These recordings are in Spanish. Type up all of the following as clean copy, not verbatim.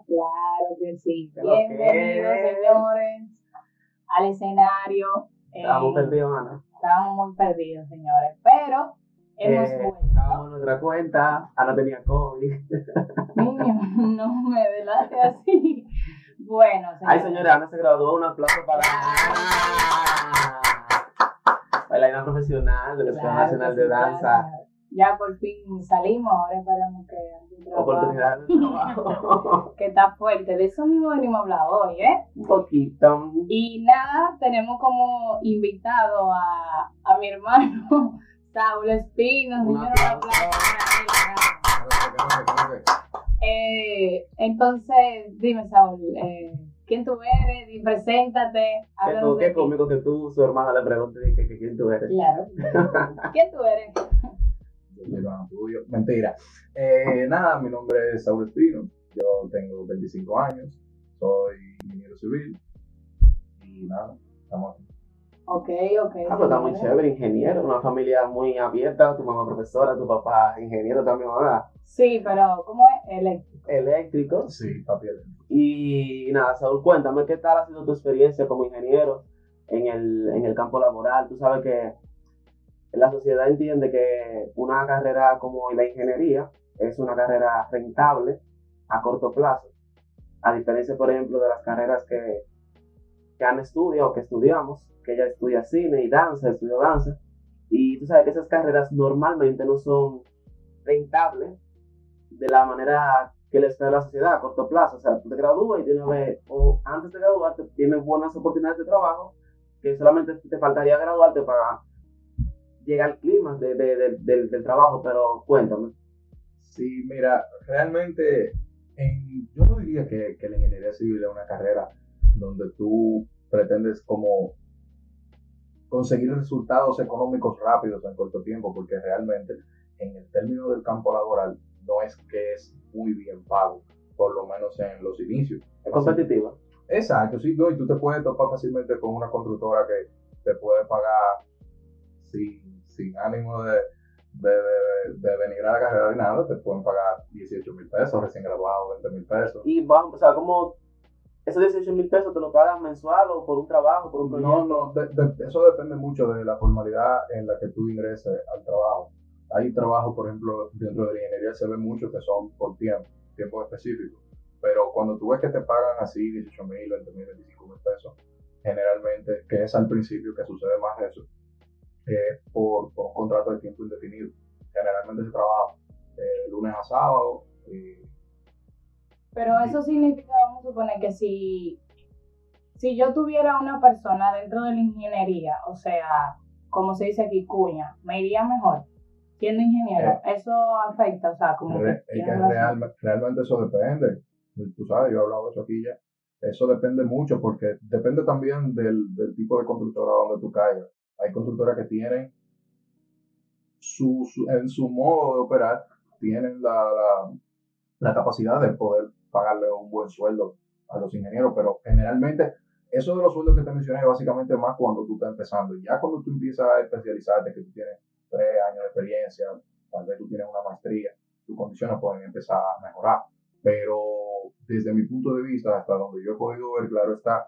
Claro que sí. ¿Qué lo que Bienvenidos, es? señores, al escenario. Estábamos perdidos, Ana. Estábamos muy perdidos, señores, pero hemos vuelto. Estábamos en nuestra cuenta, Ana tenía COVID. Niño, no me delate así. Bueno, señores. Ay, señores, Ana se graduó. Un aplauso para Ana. Bailarina profesional de la Escuela Claro Nacional que de sí, Danza. claro, señores. Ya por fin salimos, ahora esperamos que algún trabajo Oportunidades de trabajo. que está fuerte. De eso mismo venimos a hablar hoy, ¿eh? Un poquito. Y nada, tenemos como invitado a mi hermano Saúl Espino, Un señor. aplauso. Entonces, dime, Saúl, ¿quién tú eres? Y preséntate. Háblanos de Qué ti. cómico que tú, su hermana, le pregunte que quién tú eres. Claro. ¿Quién tú eres? Mi hermano tuyo. Mentira. Nada, mi nombre es Saúl Espino. Yo tengo 25 años. Soy ingeniero civil. Y nada, estamos aquí. Ok. Ah, pues está muy chévere, ingeniero, una familia muy abierta, tu mamá profesora, tu papá ingeniero también, ¿verdad? Sí, pero ¿cómo es? Eléctrico. Sí, papi. Y nada, Saúl, cuéntame, ¿qué tal ha sido tu experiencia como ingeniero en el campo laboral? Tú sabes que la sociedad entiende que una carrera como la ingeniería es una carrera rentable a corto plazo, a diferencia, por ejemplo, de las carreras que Ana estudia o que estudiamos, que ella estudia cine y danza, estudió danza, y tú sabes que esas carreras normalmente no son rentables de la manera que le espera la sociedad a corto plazo. O sea, tú te gradúas y tienes o antes de graduarte tienes buenas oportunidades de trabajo, que solamente te faltaría graduarte para llegar al clima del trabajo, pero cuéntame. Sí, mira, realmente yo no diría que la ingeniería civil es una carrera donde tú pretendes como conseguir resultados económicos rápidos en corto tiempo, porque realmente en el término del campo laboral no es que es muy bien pago, por lo menos en los inicios. ¿Es competitiva? Exacto, sí, no, y tú te puedes topar fácilmente con una constructora que te puede pagar sin ánimo de venir a la carrera de nada, te pueden pagar 18,000 pesos, recién graduado, 20,000 pesos. Y vamos, o sea, ¿cómo esos 18,000 pesos te lo pagan mensual o por un trabajo, por un proyecto? No, eso depende mucho de la formalidad en la que tú ingreses al trabajo. Hay trabajos, por ejemplo, dentro de la ingeniería se ve mucho que son por tiempo específico, pero cuando tú ves que te pagan así 18,000, 20,000, 25,000 pesos, generalmente, que es al principio que sucede más eso, por un contrato de tiempo indefinido. Generalmente se trabaja lunes a sábado. Pero eso significa, vamos a suponer que si yo tuviera una persona dentro de la ingeniería, o sea, como se dice aquí, cuña, me iría mejor siendo ingeniero. Eso afecta, o sea, como realmente eso depende. Tú sabes, yo he hablado de eso aquí ya. Eso depende mucho porque depende también del tipo de constructora donde tú caigas. Hay constructoras que tienen en su modo de operar, tienen la capacidad de poder pagarle un buen sueldo a los ingenieros, pero generalmente eso de los sueldos que te mencioné es básicamente más cuando tú estás empezando. Ya cuando tú empiezas a especializarte, que tú tienes 3 años de experiencia, tal vez tú tienes una maestría, tus condiciones pueden empezar a mejorar. Pero desde mi punto de vista, hasta donde yo he podido ver, claro está,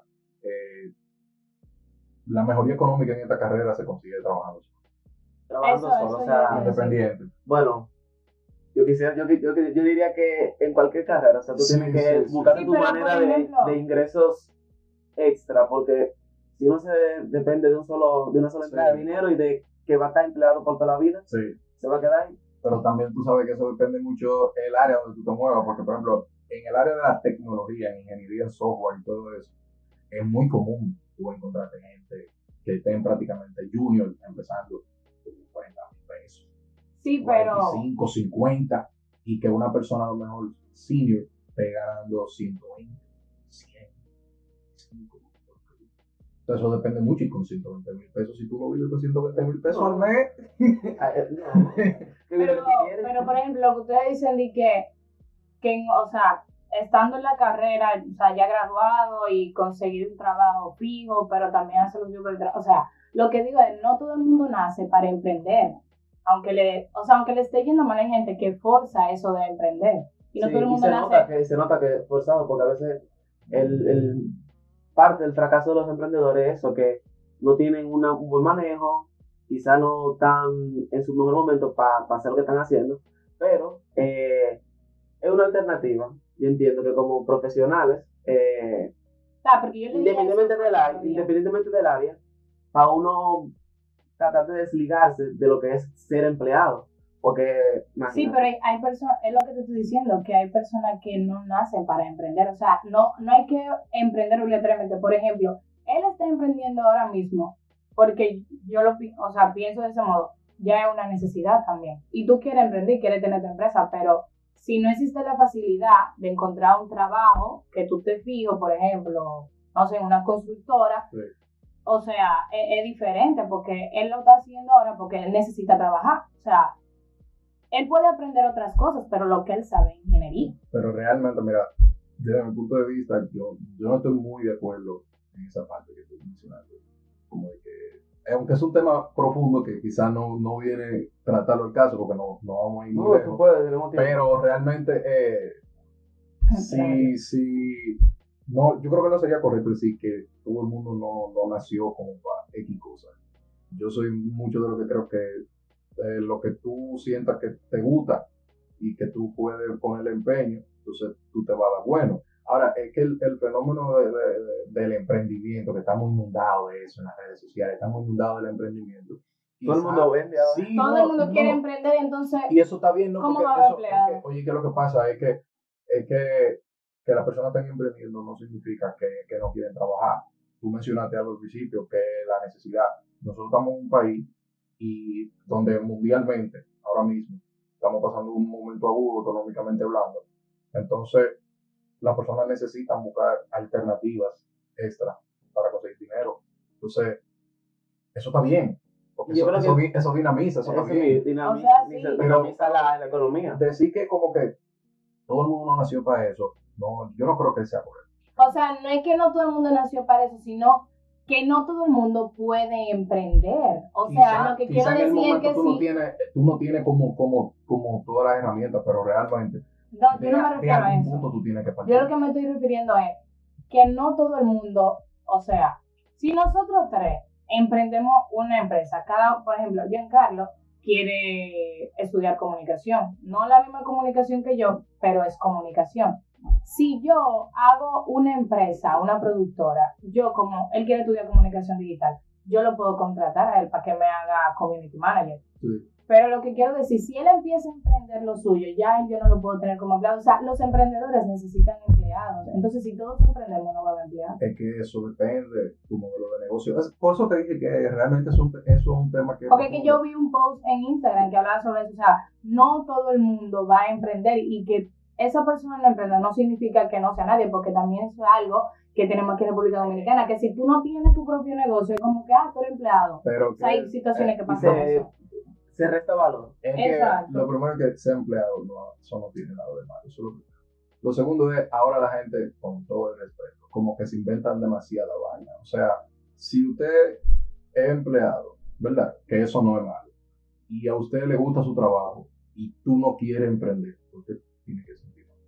la mejoría económica en esta carrera se consigue trabajando solo, o sea, independiente. Bueno, yo diría que en cualquier carrera, o sea, tú tienes que buscar tu manera de ingresos extra, porque si no se depende de una sola entrada de dinero y de que va a estar empleado por toda la vida, se va a quedar ahí. Pero también tú sabes que eso depende mucho del área donde tú te muevas, porque por ejemplo, en el área de la tecnología, en ingeniería, software y todo eso, es muy común tú encontrarte gente que estén prácticamente junior, empezando con 40,000 pesos. Sí, 45, 50, y que una persona a lo mejor senior esté ganando 120, 100, 5. Entonces eso depende mucho, y con 120,000 pesos, si tú lo vives con 120,000 pesos al mes. pero por ejemplo, lo que ustedes dicen de que o sea, estando en la carrera, o sea, ya graduado y conseguir un trabajo fijo, pero también hacer un tipo de trabajo, o sea, lo que digo es, no todo el mundo nace para emprender, aunque le esté yendo mal, hay gente que forza eso de emprender. Y no Sí, todo el y mundo se nota que es forzado, porque a veces el parte del fracaso de los emprendedores es eso, que no tienen un buen manejo, quizá no están en su mejor momento para hacer lo que están haciendo, pero es una alternativa. Yo entiendo que como profesionales, porque yo leí eso, independientemente del área, para uno tratar de desligarse de lo que es ser empleado. Porque, sí, pero hay personas, es lo que te estoy diciendo, que hay personas que no nacen para emprender. O sea, no hay que emprender obligatoriamente. Por ejemplo, él está emprendiendo ahora mismo porque pienso de ese modo, ya es una necesidad también. Y tú quieres emprender, quieres tener tu empresa, pero si no existe la facilidad de encontrar un trabajo que tú te fijo, por ejemplo, no sé, en una constructora, Sí. o sea, es diferente porque él lo está haciendo ahora porque él necesita trabajar. O sea, él puede aprender otras cosas, pero lo que él sabe es ingeniería. Pero realmente, mira, desde mi punto de vista, yo no estoy muy de acuerdo en esa parte que estoy mencionando. Como de que, aunque es un tema profundo que quizás no viene a tratarlo el caso, porque no vamos a ir muy no, lejos, tú puedes, tenemos tiempo. pero realmente, sí, no, yo creo que no sería correcto decir que todo el mundo no nació como para X cosas. Yo soy mucho de lo que creo que lo que tú sientas que te gusta y que tú puedes ponerle empeño, entonces tú te vas a dar bueno. Ahora, es que el fenómeno del emprendimiento, que estamos inundados de eso en las redes sociales, estamos inundados del emprendimiento. Todo el mundo vende ahora. Sí, todo el mundo quiere emprender, entonces, y eso está bien, ¿no? ¿cómo Porque va a eso, empleado? oye, que lo que pasa es que las personas estén emprendiendo no significa que no quieren trabajar. Tú mencionaste algo al principio, que la necesidad. Nosotros estamos en un país y donde mundialmente, ahora mismo, estamos pasando un momento agudo económicamente hablando. Entonces, las personas necesitan buscar alternativas extra para conseguir dinero. Entonces, eso está bien. Porque Yo creo que eso dinamiza, eso está bien. Dinamiza, O sea, sí. dinamiza la economía. Decir que como que todo el mundo no nació para eso, no, yo no creo que sea correcto. O sea, no es que no todo el mundo nació para eso, sino que no todo el mundo puede emprender. O sea, lo que quiero en el decir es momento que tú no tienes como todas las herramientas, pero realmente no, yo no me refiero a algún eso. punto tú tienes que partir. Yo lo que me estoy refiriendo es que no todo el mundo, o sea, si nosotros tres emprendemos una empresa, por ejemplo, Giancarlo quiere estudiar comunicación, no la misma comunicación que yo, pero es comunicación. Si yo hago una empresa, una productora, yo como él quiere estudiar comunicación digital, yo lo puedo contratar a él para que me haga community manager. Sí. Pero lo que quiero decir, si él empieza a emprender lo suyo, ya yo no lo puedo tener como empleado. O sea, los emprendedores necesitan empleados. Entonces, si todos emprendemos, no va a haber empleados. Es que eso depende de tu modelo de negocio. Por eso te dije que realmente eso es un tema que... Porque que yo vi un post en Instagram que hablaba sobre eso. O sea, no todo el mundo va a emprender y que esa persona no emprenda no significa que no sea nadie, porque también eso es algo que tenemos aquí en República Dominicana, que si tú no tienes tu propio negocio, es como que, tú eres empleado. Pero o sea, hay situaciones que pasan eso. Se resta valor. Es que Exacto. lo primero es que ser empleado, eso no tiene nada de malo. Eso es lo primero. Lo segundo es, ahora la gente, con todo el respeto, como que se inventan demasiada vaina. O sea, si usted es empleado, ¿verdad? Que eso no es malo. Y a usted le gusta su trabajo y tú no quieres emprender, porque tiene que sentir mal.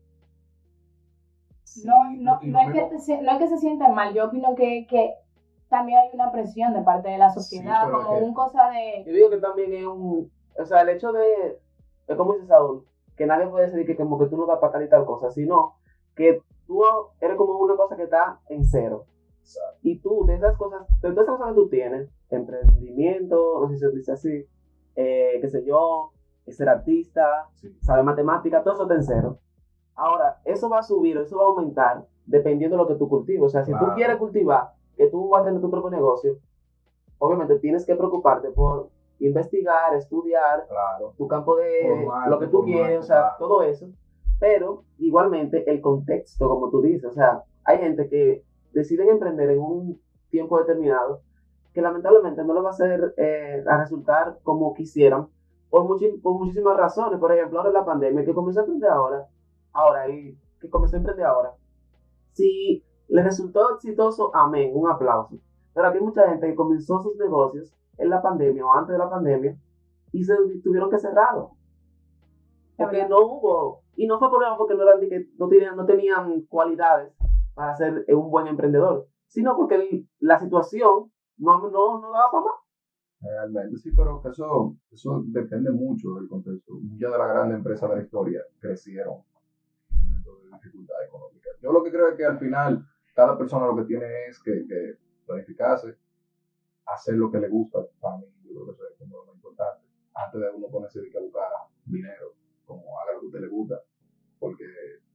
No es que se sienta mal. Yo opino que también hay una presión de parte de la sociedad, Sí, como un cosa de... Yo digo que también es o sea, el hecho de como dice Saúl, que nadie puede decir que como que tú no das para tal y tal cosa, sino que tú eres como una cosa que está en cero. Exacto. Y tú, de todas esas cosas que tú tienes, emprendimiento, no sé si se dice así, qué sé yo, ser artista, Sí. saber matemática, todo eso está en cero. Ahora, eso va a subir, eso va a aumentar, dependiendo de lo que tú cultives. O sea, si Claro. tú quieres cultivar, que tú vas a tener tu propio negocio, obviamente tienes que preocuparte por investigar, estudiar, Claro. tu campo de Formarte, lo que tú quieres, o sea, claro. todo eso. Pero igualmente el contexto, como tú dices, o sea, hay gente que deciden emprender en un tiempo determinado que lamentablemente no le va a hacer a resultar como quisieran por muchísimas razones. Por ejemplo, ahora la pandemia, que comenzó a emprender ahora y que comenzó a emprender ahora. Si le resultó exitoso, amén, un aplauso. Pero aquí hay mucha gente que comenzó sus negocios en la pandemia o antes de la pandemia y se tuvieron que cerrar. Porque no hubo Y no fue problema porque no, eran, que no tenían cualidades para ser un buen emprendedor, sino porque la situación no daba para más. Realmente, sí, pero que eso depende mucho del contexto. Muchas de las grandes empresas de la historia crecieron en momentos de dificultad económica. Yo lo que creo es que al final cada persona lo que tiene es que planificarse, hacer lo que le gusta. Para mí, yo creo que eso es como lo más importante. Antes de uno ponerse a buscar dinero, como haga lo que a usted le gusta, porque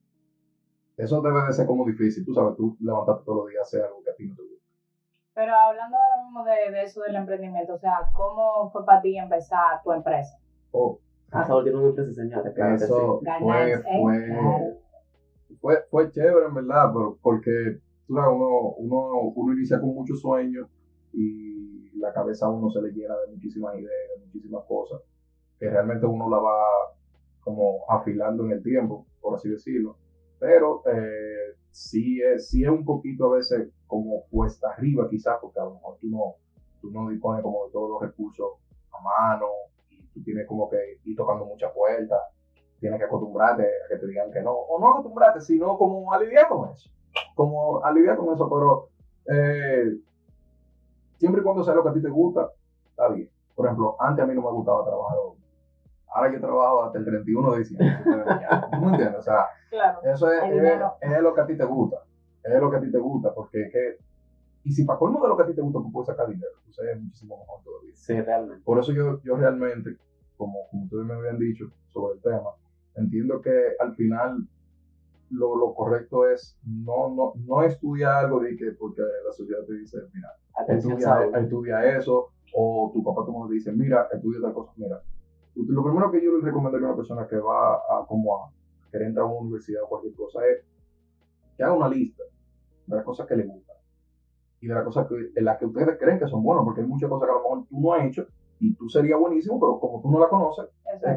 eso debe de ser como difícil. Tú sabes, tú levantarte todos los días, hacer algo que a ti no te gusta. Pero hablando ahora mismo de eso del emprendimiento, o sea, ¿cómo fue para ti empezar tu empresa? Saúl tiene una empresa, señores, claro que sí. Eso Claro. fue chévere, en verdad, pero porque tú sabes, uno inicia con muchos sueños y la cabeza a uno se le llena de muchísimas ideas, de muchísimas cosas, que realmente uno la va como afilando en el tiempo, por así decirlo. Pero sí es un poquito a veces como cuesta arriba quizás, porque a lo mejor tú no dispones como de todos los recursos a mano, y tú tienes como que ir tocando muchas puertas, tienes que acostumbrarte a que te digan que no, o no acostumbrarte, sino como aliviar con eso, pero siempre y cuando sea lo que a ti te gusta, está bien. Por ejemplo, antes a mí no me gustaba trabajar doble. Ahora yo trabajo hasta el 31 de diciembre. ¿Tú me entiendes? O sea, claro, eso es lo que a ti te gusta. Es lo que a ti te gusta, porque es que, y si para colmo de lo que a ti te gusta, tú puedes sacar dinero, entonces es muchísimo mejor todavía. Sí, realmente. Por eso yo realmente, como ustedes me habían dicho sobre el tema, entiendo que al final lo correcto es no estudiar algo de que porque la sociedad te dice, mira, estudia eso, o tu papá te dice, mira, estudia tal cosa, mira. Lo primero que yo le recomendaría a una persona que va a querer entrar a una universidad o cualquier cosa es que haga una lista de las cosas que le gustan y de las cosas en las que ustedes creen que son buenas, porque hay muchas cosas que a lo mejor tú no has hecho y tú serías buenísimo, pero como tú no la conoces, es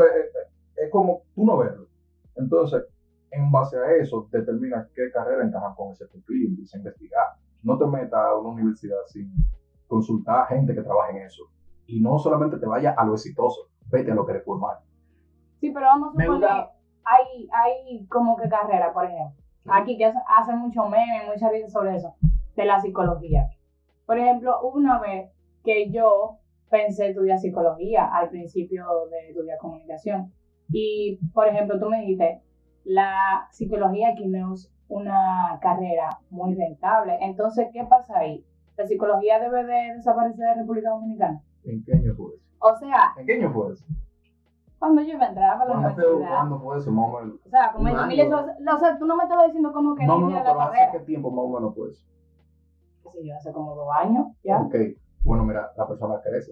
como tú no verlo. Entonces, en base a eso, determina qué carrera encajan con ese perfil y empieza a investigar. No te metas a una universidad sin consultar a gente que trabaje en eso. Y no solamente te vayas a lo exitoso, vete a lo que eres formal. Sí, pero vamos a suponer, hay como que carrera, por ejemplo, aquí que hacen mucho meme, mucha vida sobre eso, de la psicología. Por ejemplo, hubo una vez que yo pensé estudiar psicología al principio de estudiar comunicación. Y, por ejemplo, tú me dijiste, la psicología aquí no es una carrera muy rentable. Entonces, ¿qué pasa ahí? ¿La psicología debe de desaparecer de República Dominicana? ¿En qué año fue eso? O sea, ¿En qué año fue eso? cuando yo entraba a la universidad. ¿Cuándo fue eso? Más o menos. O sea, como en 2010, o sea, tú no me estabas diciendo como que no, la pero carrera. ¿hace qué tiempo más o menos fue eso? Qué sé yo, hace como 2 años, ya. Ok, bueno, mira, la persona crece.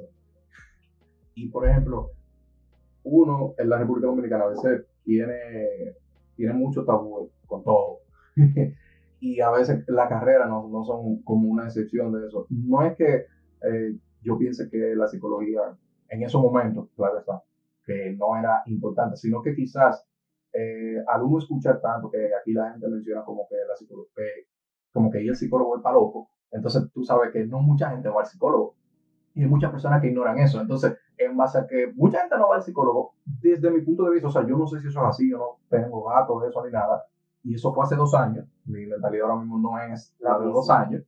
Y, por ejemplo, uno en la República Dominicana a veces tiene mucho tabú con todo. Y a veces la carrera no son como una excepción de eso. No es que yo piense que la psicología en esos momentos, claro está, que no era importante, sino que quizás al uno escuchar tanto que aquí la gente menciona como que la psicología, como que el psicólogo es para loco, entonces tú sabes que no mucha gente va al psicólogo. Y hay muchas personas que ignoran eso. Entonces, en base a que mucha gente no va al psicólogo, desde mi punto de vista, o sea, yo no sé si eso es así, yo no tengo datos de eso ni nada, y eso fue hace 2 años, mi mentalidad ahora mismo no es la de 2 años,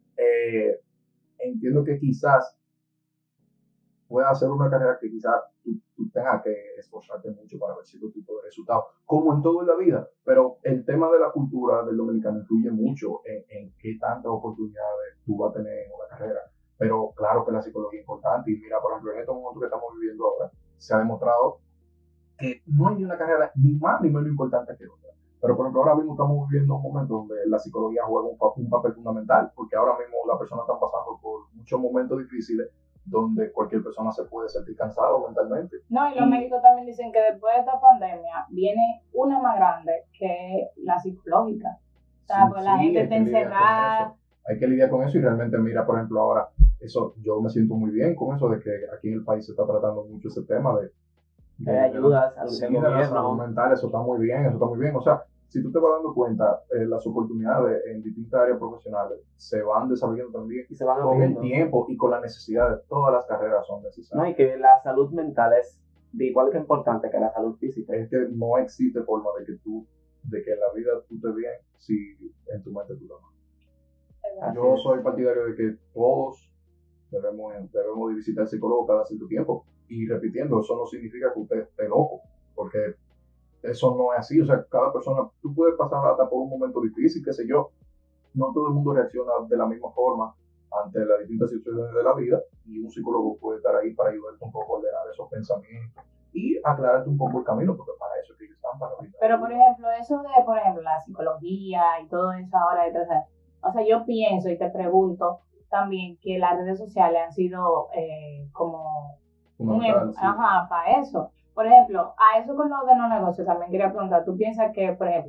entiendo que quizás pueda hacer una carrera que quizás tú tengas que esforzarte mucho para ver cierto tipo de resultados, como en todo en la vida, pero el tema de la cultura del dominicano influye mucho en qué tantas oportunidades tú vas a tener en una carrera. Pero claro que la psicología es importante y mira, por ejemplo, en estos momentos que estamos viviendo ahora, se ha demostrado que no hay ni una carrera ni más ni menos importante que otra. Pero por ejemplo, ahora mismo estamos viviendo un momento donde la psicología juega un papel fundamental, porque ahora mismo las personas están pasando por muchos momentos difíciles donde cualquier persona se puede sentir cansado mentalmente. No, y los médicos también dicen que después de esta pandemia viene una más grande que la psicológica. O sea, pues la gente está encerrada. Hay que lidiar con eso y realmente mira, por ejemplo, ahora, eso yo me siento muy bien con eso de que aquí en el país se está tratando mucho ese tema de ayudas al de la salud mental, eso está muy bien, O sea, si tú te vas dando cuenta, las oportunidades en distintas áreas profesionales se van desarrollando también y se van con el tiempo y con la necesidad de todas las carreras son necesarias. No, y que la salud mental es de igual que importante que la salud física. Es que no existe forma de que en la vida tú estés bien si en tu mente tú estás mal. Yo soy partidario de que todos debemos de visitar al psicólogo cada cierto tiempo. Y repitiendo, eso no significa que usted esté loco, porque eso no es así. O sea, cada persona, tú puedes pasar hasta por un momento difícil, qué sé yo. No todo el mundo reacciona de la misma forma ante las distintas situaciones de la vida, y un psicólogo puede estar ahí para ayudarte un poco a ordenar esos pensamientos y aclararte un poco el camino, porque para eso es que ellos están, para ayudar. Pero, por ejemplo, eso de, por ejemplo, la psicología y todo eso ahora de tratar, o sea, yo pienso y te pregunto también que las redes sociales han sido como ajá, para eso. Por ejemplo, a eso con lo de los negocios también quería preguntar, ¿tú piensas que, por ejemplo,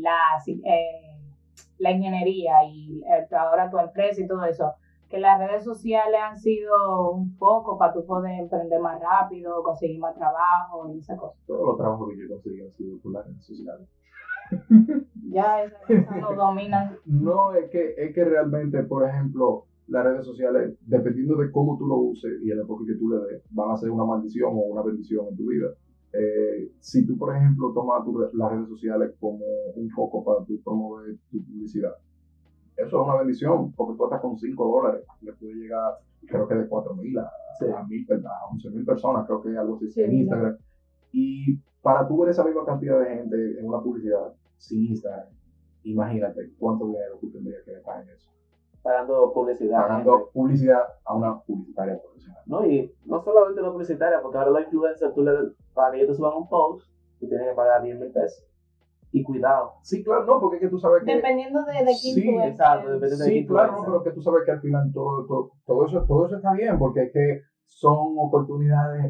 la ingeniería y ahora tu empresa y todo eso, que las redes sociales han sido un foco para tú poder emprender más rápido, conseguir más trabajo y esas cosas? Todos los trabajos que yo conseguí han sido por las redes sociales. Ya esas cosas lo dominan. No, es que realmente, por ejemplo, las redes sociales, dependiendo de cómo tú lo uses y el enfoque que tú le des, van a ser una maldición o una bendición en tu vida. Si tú, por ejemplo, tomas las redes sociales como un foco para tú promover tu publicidad, eso es una bendición, porque tú hasta con $5 le puede llegar, creo que de 4,000 a 11,000 personas, creo que algo así, en Instagram. Y para tú ver esa misma cantidad de gente en una publicidad sin Instagram, imagínate cuánto dinero tú tendrías que gastar en eso. Pagando publicidad a una publicitaria profesional. No, y no solamente una publicitaria, porque ahora los influencers, para que ellos te suban un post, tú tienes que pagar 10,000 pesos. Y cuidado. Sí, claro, no, porque es que tú sabes que... Dependiendo de quién sí, tú eres. Exacto, dependiendo de quién tú claro, eres. no, pero que tú sabes que al final todo eso está bien, porque es que son oportunidades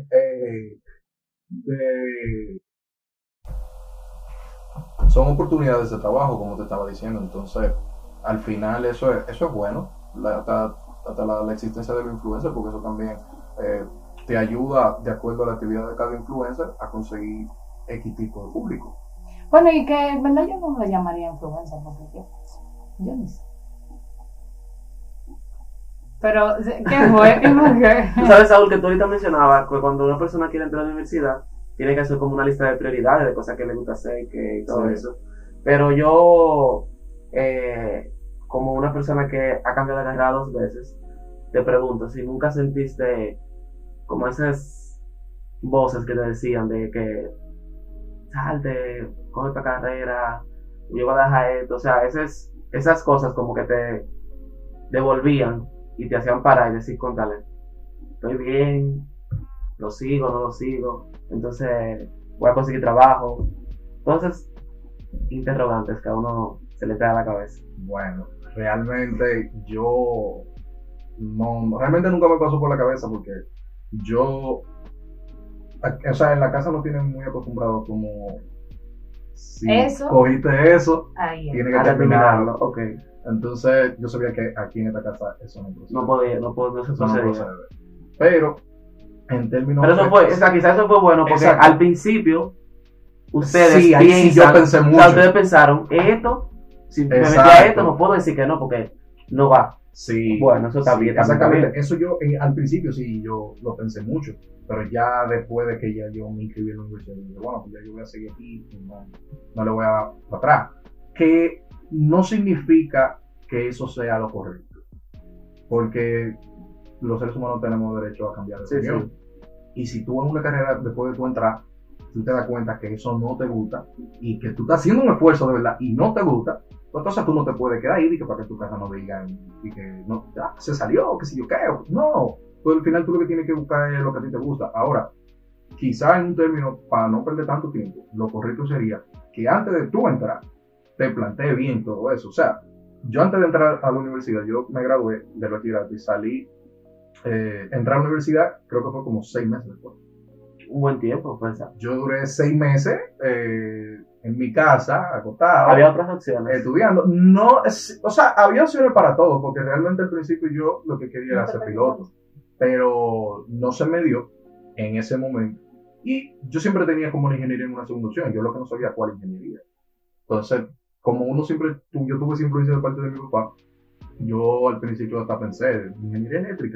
son oportunidades de trabajo, como te estaba diciendo. Entonces, al final eso es bueno, hasta la existencia de los influencers, porque eso también te ayuda, de acuerdo a la actividad de cada influencer, a conseguir X tipo de público. Bueno, y que en verdad yo no le llamaría influencer, porque yo no sé. Pero, ¿qué fue? Tú sabes, Saúl, que tú ahorita mencionabas que cuando una persona quiere entrar a la universidad, tiene que hacer como una lista de prioridades, de cosas que le gusta hacer y todo eso. Pero yo, como una persona que ha cambiado de carrera 2 veces, te pregunto si nunca sentiste como esas voces que te decían de que salte, coge esta carrera, yo voy a dejar esto, o sea, esas cosas como que te devolvían y te hacían parar y decir, contale, estoy bien, lo sigo, no lo sigo, entonces voy a conseguir trabajo. Entonces, interrogantes que a uno se le cae a la cabeza. Bueno, realmente realmente nunca me pasó por la cabeza, porque o sea, en la casa nos tienen muy acostumbrados como si cogiste eso, tienes que terminarlo. Okay. Entonces yo sabía que aquí en esta casa eso no procede. No se procedía. Pero en términos... Pero eso fue, o sea, quizás eso fue bueno, porque al principio ustedes yo pensé mucho. O sea, ustedes pensaron, esto, si me metí a esto, no puedo decir que no, porque no va. Sí. Bueno, eso está bien. Exactamente. Eso yo, al principio sí, yo lo pensé mucho, pero ya después de que ya yo me inscribí en la universidad, dije, bueno, pues ya yo voy a seguir aquí, no le voy a dar para atrás. Que no significa que eso sea lo correcto, porque los seres humanos tenemos derecho a cambiar de opinión. Y si tú en una carrera, después de tu entrar, tú te das cuenta que eso no te gusta y que tú estás haciendo un esfuerzo de verdad y no te gusta, pues entonces tú no te puedes quedar ahí y que para que tu casa no digan y que no, se salió, que si yo qué. No, pues al final tú lo que tienes que buscar es lo que a ti te gusta. Ahora, quizá en un término, para no perder tanto tiempo, lo correcto sería que antes de tú entrar, te plantees bien todo eso. O sea, yo antes de entrar a la universidad, yo me gradué de bachillerato y salí, entré a la universidad, creo que fue como 6 meses después. Un buen tiempo, pues. Yo duré 6 meses en mi casa, acostado. ¿Había otras opciones? Estudiando. No, o sea, había opciones para todo, porque realmente al principio yo lo que quería era ser piloto, pero no se me dio en ese momento. Y yo siempre tenía como la ingeniería en una segunda opción, yo lo que no sabía cuál ingeniería. Entonces, como yo tuve esa influencia de parte de mi papá, yo al principio hasta pensé, ingeniería eléctrica.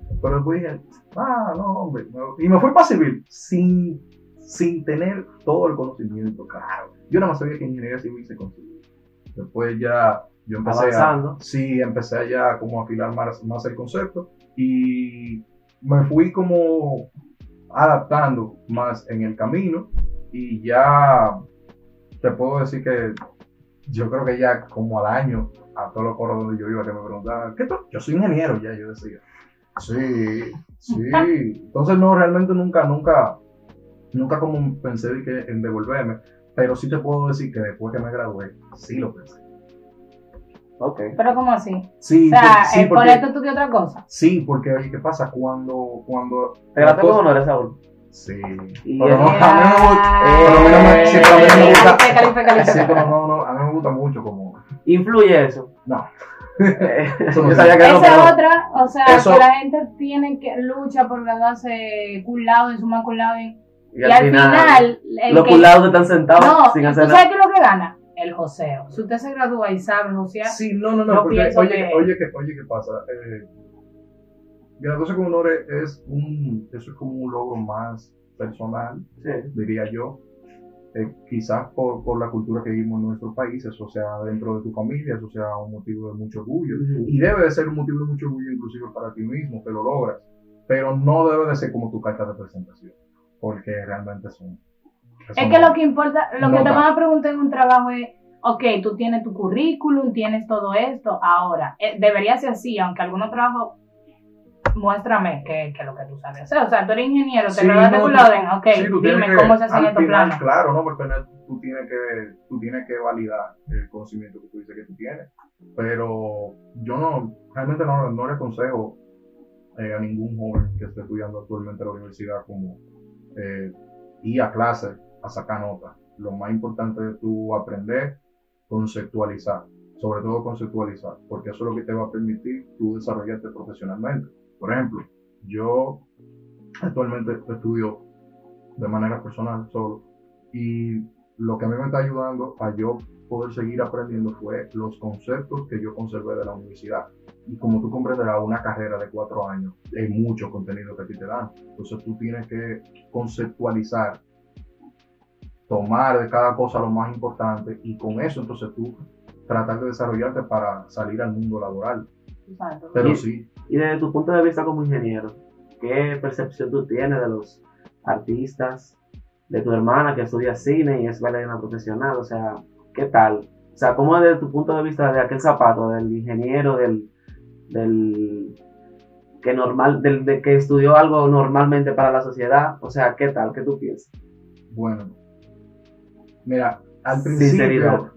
Pero después dije, no, hombre. No. Y me fui para civil sin tener todo el conocimiento, claro. Yo nada más sabía que ingeniería civil se conseguía. Después ya yo empecé ya como a afilar más el concepto y me fui como adaptando más en el camino y ya te puedo decir que yo creo que ya como al año a todos los coros donde yo iba que me preguntaban, ¿qué tú? Yo soy ingeniero ya, yo decía. Sí. Entonces no, realmente nunca como pensé en devolverme, pero sí te puedo decir que después que me gradué, sí lo pensé. Okay. ¿Pero cómo así? Sí, o sea, sí, ¿por esto estudié otra cosa? Sí, porque oye, ¿qué pasa? Cuando ¿Te graduaste con honores, Saúl? Sí. Y pero no, a mí me gusta mucho como... ¿Influye eso? No. Eso no esa es otra, o sea, que la gente tiene que lucha por graduarse culado y sumar culado y al final los culados están sentados sin hacer nada. ¿Tú sabes qué es lo que gana? El joseo. Si usted se gradúa y sabe josear, sí, no, porque oye, ¿qué pasa? Graduarse con honores eso es como un logro más personal, sí, diría yo. Quizás por la cultura que vivimos en nuestro país, eso sea dentro de tu familia, eso sea un motivo de mucho orgullo. Y debe de ser un motivo de mucho orgullo inclusive para ti mismo, que lo logras. Pero no debe de ser como tu carta de presentación, porque realmente son... Es que lo que importa, lo que te van a preguntar en un trabajo es, ok, tú tienes tu currículum, tienes todo esto, ahora, debería ser así, aunque algunos trabajos, muéstrame que lo que tú sabes hacer. O sea, tú eres ingeniero, te graduaste con la orden, ok, dime cómo se hacen estos planos. Claro, no, porque tú tienes que validar el conocimiento que tú dices que tú tienes. Pero yo realmente no le aconsejo a ningún joven que esté estudiando actualmente en la universidad como ir a clase a sacar notas. Lo más importante es tú aprender, conceptualizar, sobre todo conceptualizar, porque eso es lo que te va a permitir tú desarrollarte profesionalmente. Por ejemplo, yo actualmente estudio de manera personal solo y lo que a mí me está ayudando a yo poder seguir aprendiendo fue los conceptos que yo conservé de la universidad. Y como tú comprenderás, una carrera de 4 años, hay mucho contenido que a ti te dan. Entonces tú tienes que conceptualizar, tomar de cada cosa lo más importante y con eso entonces tú tratar de desarrollarte para salir al mundo laboral. Exacto. Pero sí. Y desde tu punto de vista como ingeniero, ¿qué percepción tú tienes de los artistas, de tu hermana que estudia cine y es bailarina profesional? O sea, ¿qué tal? O sea, ¿cómo es desde tu punto de vista de aquel zapato, del ingeniero, del que estudió algo normalmente para la sociedad? O sea, ¿qué tal? ¿Qué tú piensas? Bueno, mira, al principio, sinceridad.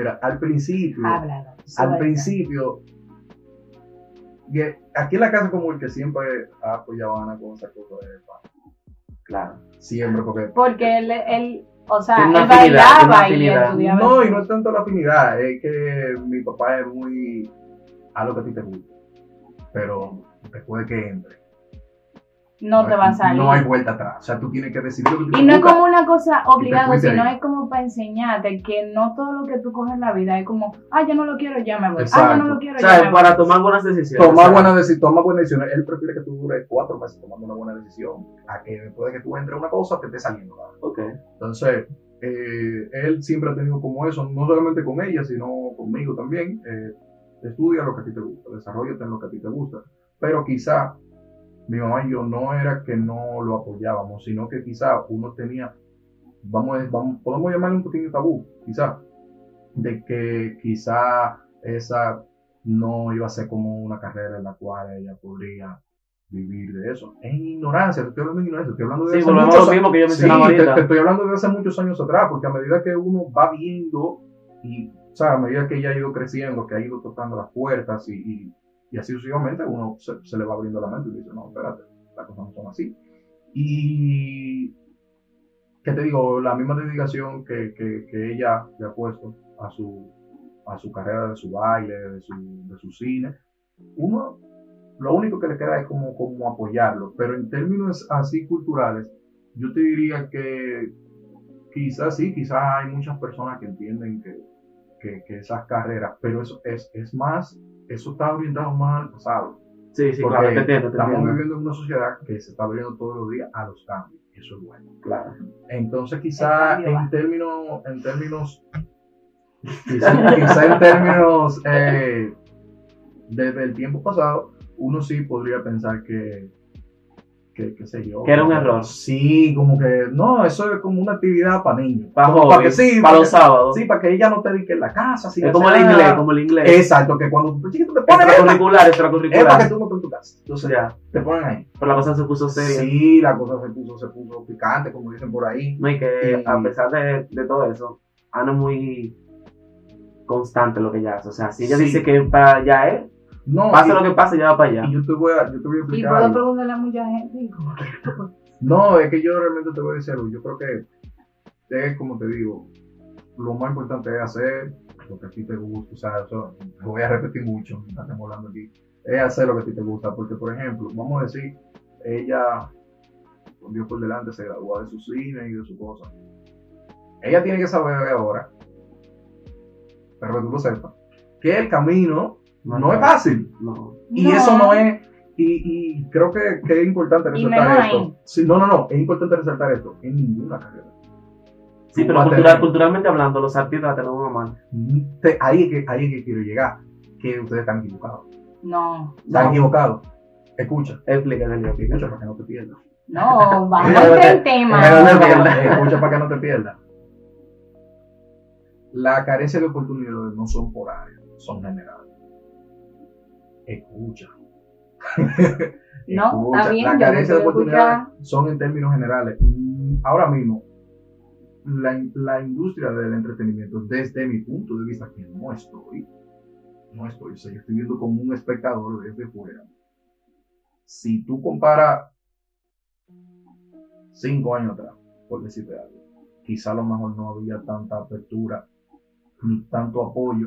Al principio, y aquí en la casa como el que siempre ha apoyado a Ana con esa cosa de pan. Claro, siempre, porque él o sea, él bailaba y estudiaba. No, y no es tanto la afinidad, es que mi papá es muy a lo que a ti te gusta, pero después de que entre, no te va a salir. No hay vuelta atrás. O sea, tú tienes que decidir lo que te Y no es como una cosa obligada, sino ahí. es como para enseñarte que no todo lo que tú coges en la vida es como, yo no lo quiero, ya me voy. Exacto. Yo no lo quiero, ya me voy. Para tomar buenas decisiones. Toma buenas decisiones. Él prefiere que tú dures 4 meses tomando una buena decisión a que después de que tú entres una cosa te esté saliendo. Okay. Entonces, él siempre ha tenido como eso, no solamente con ella, sino conmigo también. Estudia lo que a ti te gusta, desarrollate en lo que a ti te gusta. Pero quizá mi mamá y yo no era que no lo apoyábamos, sino que quizá uno tenía, podemos llamarle un pequeño tabú, quizá, de que quizá esa no iba a ser como una carrera en la cual ella podría vivir de eso. En ignorancia, te estoy hablando de ignorancia, estoy hablando de hace muchos años. Que yo mencionaba ahorita. Te estoy hablando de hace muchos años atrás, porque a medida que uno va viendo y, o sea, a medida que ella ha ido creciendo, que ha ido tocando las puertas y así sucesivamente uno se le va abriendo la mente y dice, no, espérate, las cosas no son así. Y, ¿qué te digo? La misma dedicación que ella le ha puesto a su carrera de su baile, de su cine, uno, lo único que le queda es como apoyarlo. Pero en términos así culturales, yo te diría que quizás hay muchas personas que entienden que esas carreras, pero eso es más, eso está orientado más al pasado. Sí, sí, Porque claro, te entiendo. estamos viviendo en una sociedad que se está abriendo todos los días a los cambios. Eso es bueno. Claro. Entonces, quizá El cambio en términos quizá en términos desde el tiempo pasado, uno sí podría pensar que qué sé yo. Que era un error. Sí, como que, no, eso es como una actividad para niños. Para Como jóvenes, que sí, para los sábados. Sí, para que ella no te dedique en la casa. Es como el inglés, como el inglés. Exacto, que cuando tu chiquito te ponen Extracurricular, es para que extracurricular. tú no estés en tu casa. Entonces, Ya, te ponen ahí. pero la cosa se puso seria. Sí, la cosa se puso picante, como dicen por ahí. No, y que Y- a pesar de todo eso, Ana es muy constante lo que ella hace. O sea, si ella Sí. dice que para allá es, No, pase y- lo que pase, ya va para allá. Y yo te voy a Y explicar. puedo algo. preguntarle a mucha gente. No, es que yo realmente te voy a decir algo. Yo creo que es como te digo, lo más importante es hacer lo que a ti te gusta. O sea, eso lo voy a repetir mucho mientras estamos hablando aquí. Es hacer lo que a ti te gusta. Porque, por ejemplo, vamos a decir, ella, con Dios por delante, se graduó de su cine y de su cosa. Ella tiene que saber ahora, pero que tú lo sepas, que el camino no es fácil. No. Y eso no es, y creo que es importante Y resaltar menos esto. ahí. Sí, no, es importante resaltar esto. En ninguna carrera. Sí, Tú pero vas a tener- culturalmente hablando, los artistas la tenemos mal. Ahí es que quiero llegar. Que ustedes están equivocados. No, Están No. equivocados. Escucha. Explícate, Leo. Escucha para que no te pierdas. no, vamos Pero al tema. pero no te pierdas. Escucha para que no te pierdas. La carencia de oportunidades no son por área, son generales. Escucha. No, está bien, La yo carencia no de puedo oportunidades son en términos generales. Ahora mismo, la industria del entretenimiento, desde mi punto de vista, que no estoy, o sea, yo estoy viendo como un espectador desde fuera. Si tú comparas 5 años atrás, por decirte algo, quizá a lo mejor no había tanta apertura ni tanto apoyo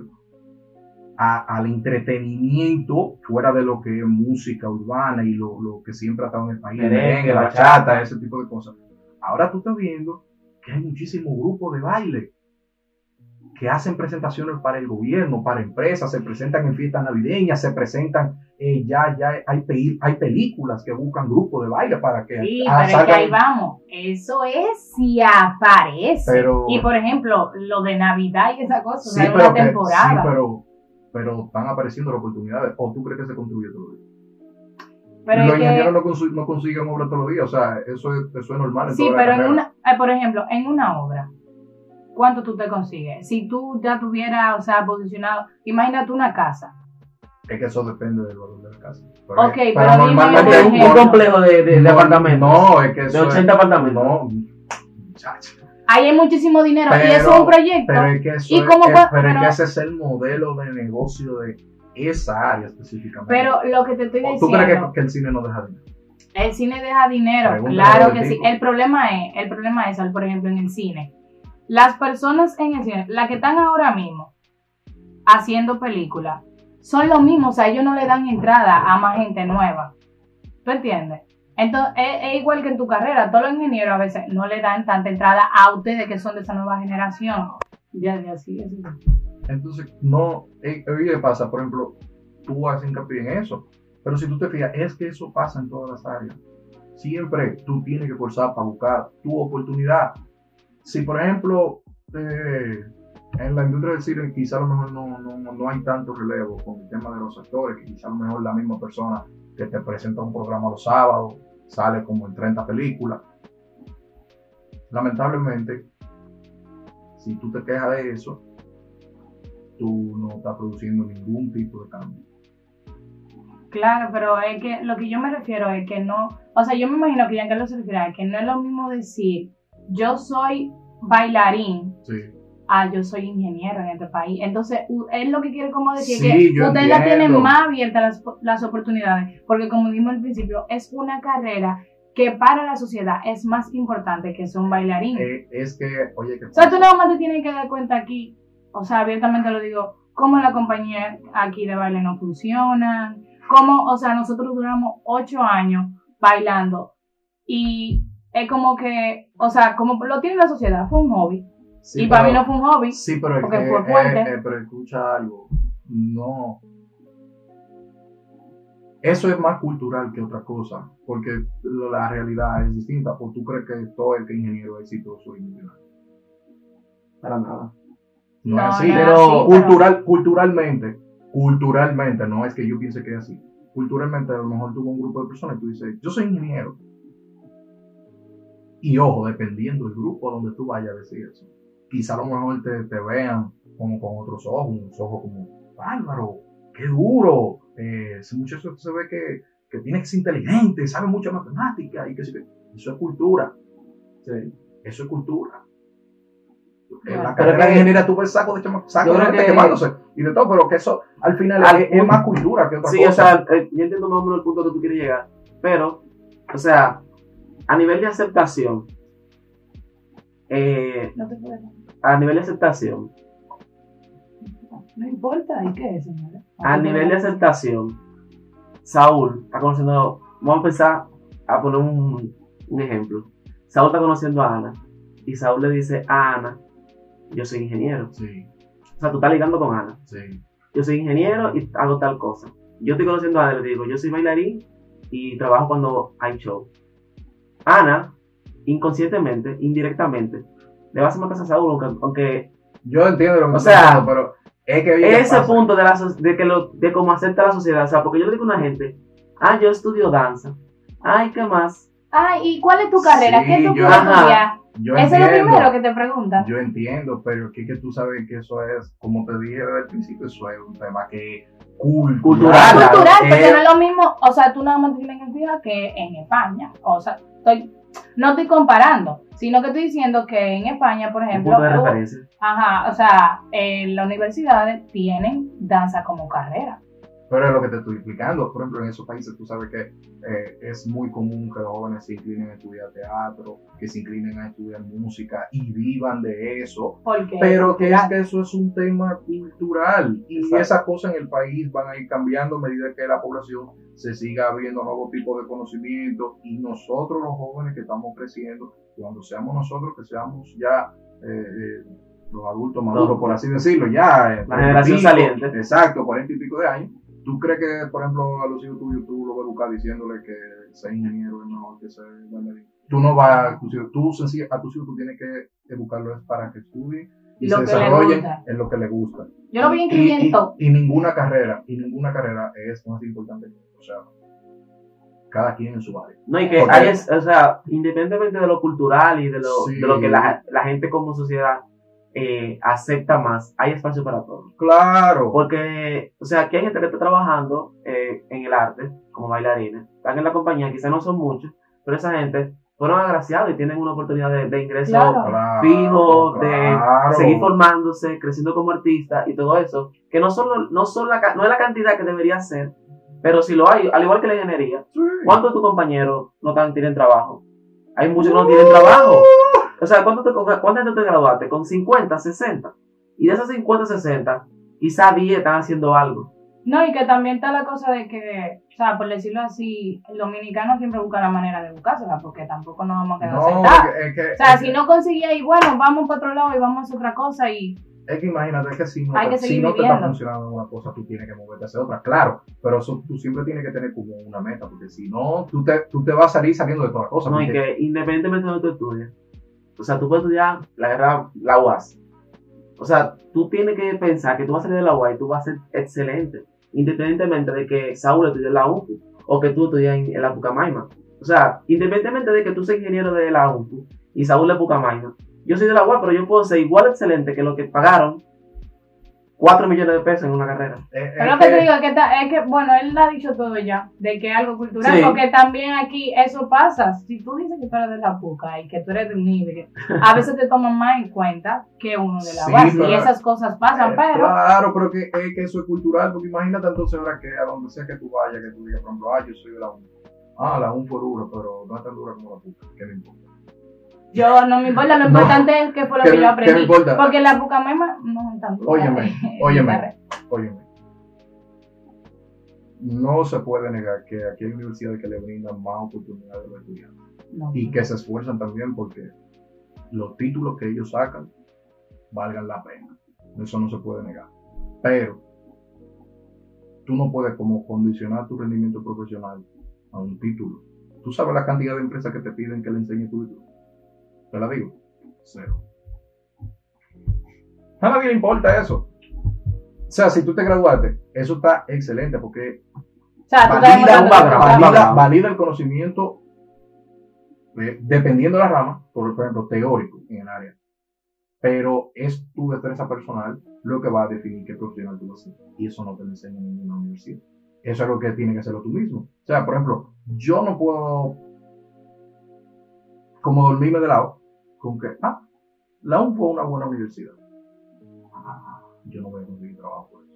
al entretenimiento fuera de lo que es música urbana y lo que siempre ha estado en el país, el merengue, la bachata, ese tipo de cosas. Ahora tú estás viendo que hay muchísimos grupos de baile que hacen presentaciones para el gobierno, para empresas, se presentan en fiestas navideñas, se presentan, ya hay películas que buscan grupos de baile para que Sí, pero es que ahí vamos. Eso es si aparece. Pero- y por ejemplo, lo de Navidad y esa cosa, Sí, o sea, pero una temporada. pero están apareciendo las oportunidades. ¿O tú crees que se construye todos los días? Pero Los es que, ingenieros no consiguen obra todos los días, o sea, eso es normal en sí, toda la pero en carrera. por ejemplo, en una obra, ¿cuánto tú te consigues? Si tú ya tuvieras, o sea, posicionado, imagínate una casa. Es que eso depende del valor de la casa. Pero, Ok, pero dime normalmente un Un ejemplo. complejo de apartamentos. No, es que De eso 80 apartamentos. No, muchacho. Ahí hay muchísimo dinero y Pero- eso es un proyecto. Pero es que eso ¿Y es, cómo es- puede- pero es pero- que ese es el modelo de negocio de esa área específicamente. Pero lo que te estoy ¿O ¿Tú crees diciendo, que el cine no deja dinero? el cine deja dinero, Pregúntale claro al que sí. tipo. El problema es, por ejemplo, en el cine. Las personas en el cine, las que están ahora mismo haciendo películas, son los mismos, o sea, ellos no le dan entrada a más gente nueva. ¿Tú entiendes? Entonces, es igual que en tu carrera, todos los ingenieros a veces no le dan tanta entrada a ustedes que son de esa nueva generación. Ya, así. Entonces, no, ¿qué pasa? Por ejemplo, tú haces hincapié en eso, pero si tú te fijas, es que eso pasa en todas las áreas. Siempre tú tienes que forzar para buscar tu oportunidad. Si, por ejemplo, en la industria del cine quizá a lo mejor no hay tanto relevo con el tema de los actores, que quizá a lo mejor la misma persona que te presenta un programa los sábados sale como en 30 películas. Lamentablemente, si tú te quejas de eso, tú no estás produciendo ningún tipo de cambio. Claro, pero es que lo que yo me refiero es que no, o sea, yo me imagino que Giancarlo se refiere a que no es lo mismo decir yo soy bailarín Sí. a yo soy ingeniero en este país. Entonces, es lo que quiere como decir Sí, que yo ustedes la tienen entiendo. más abiertas las oportunidades, porque como dijimos al principio, es una carrera que para la sociedad es más importante que ser un bailarín. Es que, oye, ¿qué O sea, pasa? tú nada más te tienes que dar cuenta aquí, o sea, abiertamente lo digo, cómo la compañía aquí de baile no funciona, cómo, o sea, nosotros duramos 8 años bailando y es como que, o sea, como lo tiene la sociedad, fue un hobby. Sí, y para mí pero- no fue un hobby. Sí, pero, porque fue fuerte. pero escucha algo. No. eso es más cultural que otra cosa, porque la realidad es distinta. ¿O tú crees que todo el que es ingeniero es exitoso y millonario? Para nada. No es así. no es Pero así, culturalmente, no es que yo piense que es así. Culturalmente, a lo mejor tuvo un grupo de personas y tú dices, yo soy ingeniero. Y ojo, dependiendo del grupo donde tú vayas a decir eso, quizá a lo mejor te vean como con otros ojos, unos ojos como, bárbaro, qué duro, ese muchacho se ve que tiene que ser inteligente, sabe mucha matemática y que eso es cultura. Sí. Eso es cultura. En Bueno, la pero carrera de que- ingeniería tú ves saco de yo gente creo que- quemándose y de todo, pero que eso al final es más cultura que otra Sí, o cosa. sea, yo entiendo más o menos el punto que tú quieres llegar, pero, o sea, a nivel de aceptación, no te puedes. a nivel de aceptación, No importa, ¿y qué es, señora? a nivel de aceptación, Saúl está conociendo, vamos a empezar a poner un ejemplo. Saúl está conociendo a Ana y Saúl le dice a Ana, yo soy ingeniero. Sí, O sea, tú estás ligando con Ana. sí. Yo soy ingeniero y hago tal cosa. Yo estoy conociendo a Ana y le digo, yo soy bailarín y trabajo cuando hay show. Ana, inconscientemente, indirectamente, le va a hacer más caso a Saúl, aunque Yo entiendo lo que O tú sea, estás diciendo, pero es que oye, ¿qué ese pasa? punto de cómo acepta la sociedad, o sea, porque yo le digo a una gente, yo estudio danza, ay, ¿qué más? Ay, ¿y cuál es tu carrera? Sí, ¿Qué tú quieres Ajá. estudiar? Yo Eso es lo entiendo. primero que te preguntan. Yo entiendo, pero que tú sabes que eso es, como te dije desde el principio, eso es un tema que es cultural. Es Claro, cultural, porque no es lo mismo, o sea, tú nada más te tienes que fijar que en España, o sea, no estoy comparando, sino que estoy diciendo que en España, por Un ejemplo, punto de referencia. ajá, o sea, las universidades tienen danza como carrera. Pero es lo que te estoy explicando. Por ejemplo, en esos países tú sabes que es muy común que los jóvenes se inclinen a estudiar teatro, que se inclinen a estudiar música y vivan de eso. Porque Pero que es que eso es un tema cultural y Exacto. esas cosas en el país van a ir cambiando a medida que la población se siga abriendo nuevos tipos de conocimientos y nosotros los jóvenes que estamos creciendo, cuando seamos nosotros que seamos ya los adultos maduros, No. por así decirlo, ya La generación saliente. exacto, 40 y pico de años. ¿Tú crees que, por ejemplo, a los hijos tuyos tú lo vas a educar diciéndole que ser ingeniero es mejor que ser bailarín? Tú no vas a tus hijos, a tus hijos tú tienes que educarlos para que estudien y Lo se que les desarrollen gusta. en lo que les gusta. yo lo voy a inscribir en todo. Y ninguna carrera es más importante que otra. O sea, cada quien en su área. No, y que Porque- o sea, independientemente de lo cultural y Sí. de lo que la gente como sociedad acepta más, hay espacio para todo. Claro. Porque, o sea, aquí hay gente que está trabajando en el arte, como bailarines, están en la compañía, quizás no son muchos, pero esa gente fueron agraciados y tienen una oportunidad de ingreso Claro. fijo, claro. de seguir formándose, creciendo como artista y todo eso, que no es la cantidad que debería ser, pero si lo hay, al igual que la ingeniería. Sí. ¿Cuántos de tus compañeros tienen trabajo? Hay muchos que no tienen trabajo. O sea, ¿cuánta gente te graduaste? Con 50, 60. Y de esos 50, 60, quizá 10 están haciendo algo. No, y que también está la cosa de que, o sea, por decirlo así, el dominicano siempre busca la manera de buscársela, porque tampoco nos vamos a quedar No, sentados. O sea, es si no conseguía y bueno, vamos para otro lado y vamos a hacer otra cosa y que imagínate que si no, Hay que si seguir no te está viviendo. funcionando una cosa, tú tienes que moverte hacia otra, claro, pero eso tú siempre tienes que tener como una meta, porque si no, tú te vas a salir saliendo de todas las cosas. No, y porque- que independientemente de donde tú estudies, o sea, tú puedes estudiar la UAS. O sea, tú tienes que pensar que tú vas a salir de la UAS y tú vas a ser excelente, independientemente de que Saúl estudie en la UNFU o que tú estudies en la Pucamaima. O sea, independientemente de que tú seas ingeniero de la UNFU y Saúl de Pucamaima, yo soy de la UAS, pero yo puedo ser igual excelente que lo que pagaron 4 millones de pesos en una carrera. Pero lo que te digo es que, bueno, él ha dicho todo ya, de que es algo cultural, Sí. porque también aquí eso pasa. Si tú dices que tú eres de la PUCA y que tú eres de un nivel, a veces te toman más en cuenta que uno de la Sí, UAS, pero- y esas cosas pasan, pero Claro, pero que eso es cultural, porque imagínate entonces ahora que a donde sea que tú vayas, que tú digas, por ejemplo, yo soy de la UNFU. La UNFU es dura, pero no es tan dura como la PUCA, ¿qué me importa? yo no me importa, lo No. importante es que fue lo ¿Qué que yo me aprendí, importa? porque la Pucamaima no es tan dura. Óyeme, en óyeme. mi carrera. Óyeme, no se puede negar que aquí hay universidades que le brindan más oportunidades a los estudiantes No. y que se esfuerzan también porque los títulos que ellos sacan valgan la pena. Eso no se puede negar. Pero tú no puedes como condicionar tu rendimiento profesional a un título. ¿Tú sabes la cantidad de empresas que te piden que le enseñes tu título? Te la digo, 0. A nadie le importa eso. O sea, si tú te graduaste, eso está excelente porque O sea, tú te valida el conocimiento dependiendo de la rama, por ejemplo, teórico en el área. Pero es tu destreza personal lo que va a definir qué profesional tú vas a ser. Y eso no te lo enseña en ninguna universidad. Eso es algo que tienes que hacerlo tú mismo. O sea, por ejemplo, yo no puedo como dormirme de lado con que, la UN fue una buena universidad. Yo no voy a conseguir trabajo por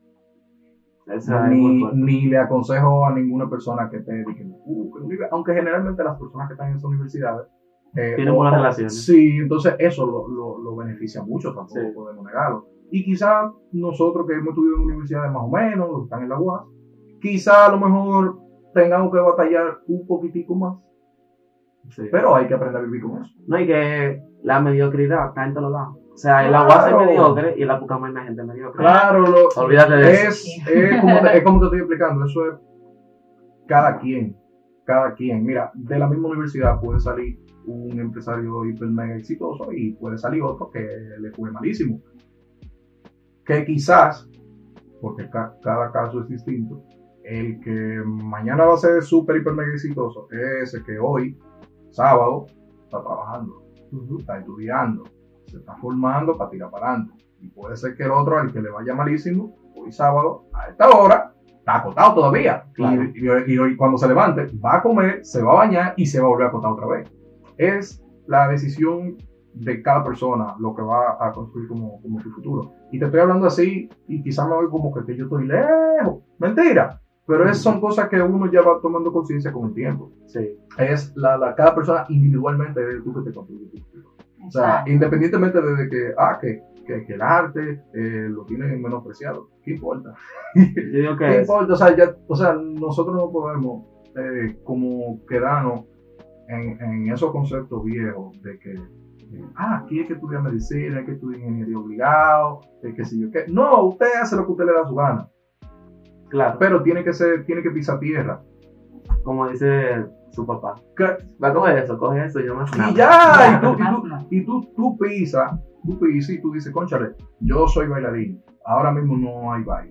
eso. Ni le aconsejo a ninguna persona que te dedique. Aunque generalmente las personas que están en esas universidades tienen buenas relaciones. Sí, entonces eso lo beneficia mucho, tampoco podemos negarlo. Y quizás nosotros que hemos estudiado en universidades más o menos, los que están en la UAS, quizás a lo mejor tengamos que batallar un poquitico más. Sí. Pero hay que aprender a vivir con eso. No, y que la mediocridad está en todos lados. O sea, en la UAS es mediocre y en la Pucamaima hay gente mediocre. Claro, olvídate de eso. Es como te estoy explicando, eso es cada quien. Mira, de la misma universidad puede salir un empresario hiper mega exitoso y puede salir otro que le fue malísimo. Que quizás, porque cada caso es distinto, el que mañana va a ser súper hiper mega exitoso es el que hoy, sábado, está trabajando, está estudiando, se está formando para tirar para adelante. Y puede ser que el otro, al que le vaya malísimo, hoy sábado, a esta hora, está acostado todavía. Claro. Y hoy cuando se levante, va a comer, se va a bañar y se va a volver a acostar otra vez. Es la decisión de cada persona lo que va a construir como tu futuro. Y te estoy hablando así y quizás me voy como que yo estoy lejos. Mentira. Pero son cosas que uno ya va tomando conciencia con el tiempo. Sí. Es cada persona individualmente de tú que te construye tu futuro. O sea, independientemente de que el arte lo tienen menospreciado. ¿Qué importa? Yo digo que ¿Qué importa? O sea, nosotros no podemos como quedarnos en esos conceptos viejos de que aquí hay que estudiar medicina, hay que estudiar ingeniería obligado, qué sé yo qué. No, usted hace lo que usted le da su gana. Claro. Pero tiene que pisar tierra. Como dice su papá. Va a coger eso y no más nada. Y ya, y tú pisas y tú dices, cónchale, yo soy bailarín, ahora mismo no hay baile.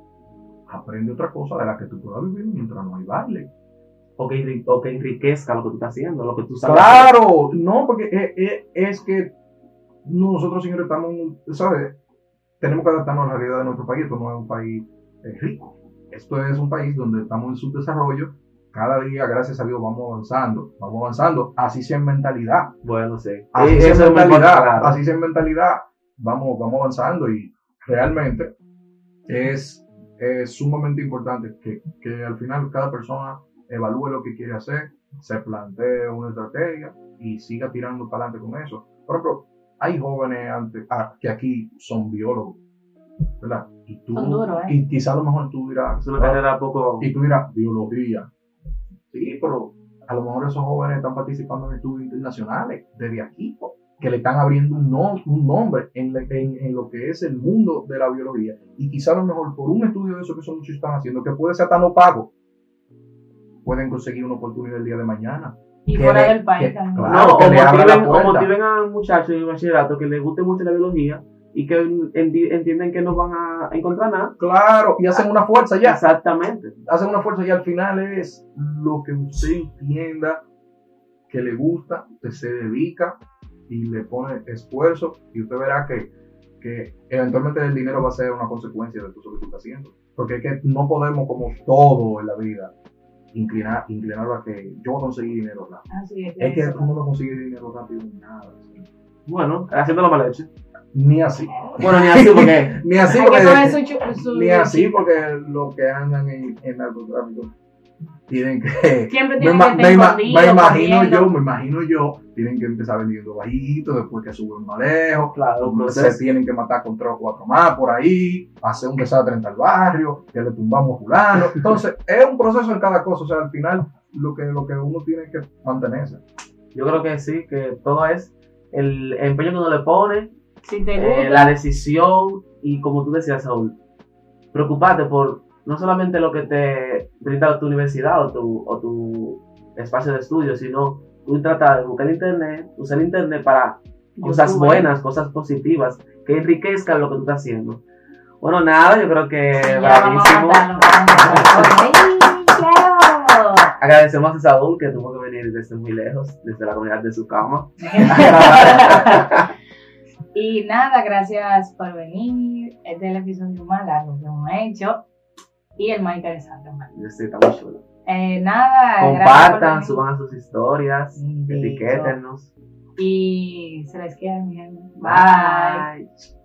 Aprende otra cosa de la que tú puedas vivir mientras no hay baile. O que enriquezca lo que tú estás haciendo, lo que tú sabes. Claro, no, porque es que nosotros, señores, ¿sabes? Tenemos que adaptarnos a la realidad de nuestro país. Esto no es un país rico. Esto es un país donde estamos en subdesarrollo. Cada día, gracias a Dios, vamos avanzando, así sea en mentalidad. Bueno, sí. Así sea en mentalidad, vamos avanzando y realmente es sumamente importante que al final cada persona evalúe lo que quiere hacer, se plantee una estrategia y siga tirando para adelante con eso. Por ejemplo, hay jóvenes que aquí son biólogos, ¿verdad? Y tú, son duros, y quizá a lo mejor tú dirás, es una carrera poco... Y tú dirás, biología. Sí, pero a lo mejor esos jóvenes están participando en estudios internacionales desde aquí, que le están abriendo un nombre en lo que es el mundo de la biología. Y quizá a lo mejor por un estudio de eso que esos muchos están haciendo, que puede ser tan opaco, pueden conseguir una oportunidad el día de mañana. Y fuera del país también. Claro, o motiven a muchachos en el bachillerato que les guste mucho la biología y que entienden que no van a encontrar nada. Claro, y hacen una fuerza ya. Exactamente. Hacen una fuerza y al final es lo que usted entienda que le gusta, usted se dedica y le pone esfuerzo y usted verá que eventualmente el dinero va a ser una consecuencia de todo lo que tú estás haciendo. Porque es que no podemos, como todo en la vida, inclinarlo a que yo voy a conseguir dinero rápido. Así es que tú no vas a conseguir dinero rápido ni nada. ¿Sí? Bueno, haciéndolo mal hecho. Ni así. Bueno, ni así porque... ni así porque los que andan en narcotráfico tienen que... Siempre tienen que me imagino yo, tienen que empezar vendiendo bajito, después que suben más lejos, claro, se tienen que matar con 3 o 4 más por ahí, hacer un desastre en tal barrio, que le tumbamos a fulano. Entonces, es un proceso en cada cosa, o sea, al final, lo que uno tiene que mantenerse. Yo creo que sí, que todo es el empeño que uno le pone, si te gusta, la decisión y como tú decías, Saúl, preocuparte por no solamente lo que te brinda tu universidad o tu espacio de estudio, sino tú tratar de buscar internet, usar internet para cosas buenas, cosas positivas, que enriquezcan lo que tú estás haciendo. Bueno, nada, yo creo que bravísimo. Agradecemos a Saúl que tuvo que venir desde muy lejos, desde la comunidad de su cama. Y nada, gracias por venir. Este es el episodio más largo que hemos hecho y el más interesante, hermano. Sí, está muy chulo. Nada, compartan, suban a sus historias, etiquétennos. Y se les queda, mi gente. Bye.